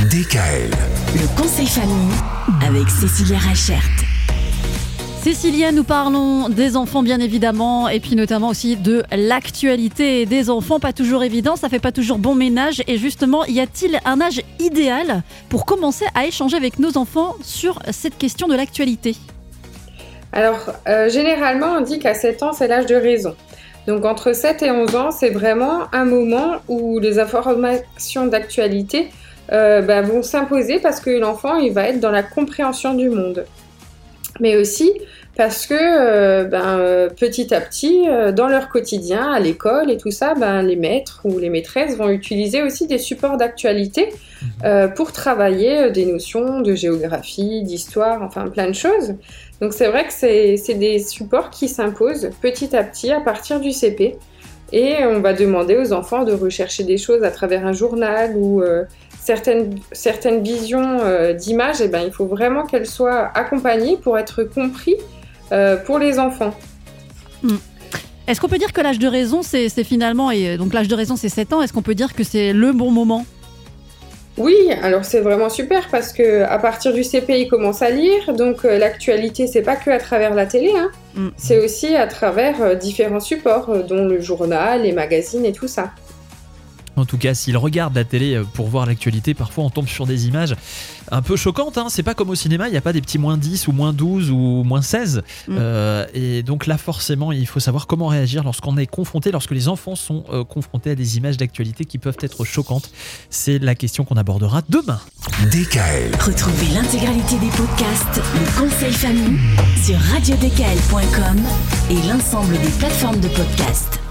DKL. Le conseil famille avec Cécilia Rachert. Cécilia, nous parlons des enfants bien évidemment et puis notamment aussi de l'actualité des enfants, pas toujours évident, ça fait pas toujours bon ménage et justement, y a-t-il un âge idéal pour commencer à échanger avec nos enfants sur cette question de l'actualité ? Alors, généralement, on dit qu'à 7 ans, c'est l'âge de raison. Donc, entre 7 et 11 ans, c'est vraiment un moment où les informations d'actualité vont s'imposer parce que l'enfant, il va être dans la compréhension du monde. Mais aussi parce que petit à petit, dans leur quotidien, à l'école et tout ça, les maîtres ou les maîtresses vont utiliser aussi des supports d'actualité pour travailler des notions de géographie, d'histoire, enfin plein de choses. Donc c'est vrai que c'est des supports qui s'imposent petit à petit à partir du CP. Et on va demander aux enfants de rechercher des choses à travers un journal ou certaines visions d'images, il faut vraiment qu'elles soient accompagnées pour être compris pour les enfants. Est-ce qu'on peut dire que l'âge de raison, c'est finalement, et donc l'âge de raison c'est 7 ans, est-ce qu'on peut dire que c'est le bon moment ? Oui, alors c'est vraiment super parce qu'à partir du CP, ils commencent à lire, donc l'actualité, c'est pas que à travers la télé, c'est aussi à travers différents supports, dont le journal, les magazines et tout ça. En tout cas, s'ils regardent la télé pour voir l'actualité, parfois on tombe sur des images un peu choquantes. C'est pas comme au cinéma, il n'y a pas des petits moins 10 ou moins 12 ou moins 16. Et donc là, forcément, il faut savoir comment réagir lorsqu'on est confronté, lorsque les enfants sont confrontés à des images d'actualité qui peuvent être choquantes. C'est la question qu'on abordera demain. DKL. Retrouvez l'intégralité des podcasts Le Conseil Famille sur radiodkl.com et l'ensemble des plateformes de podcasts.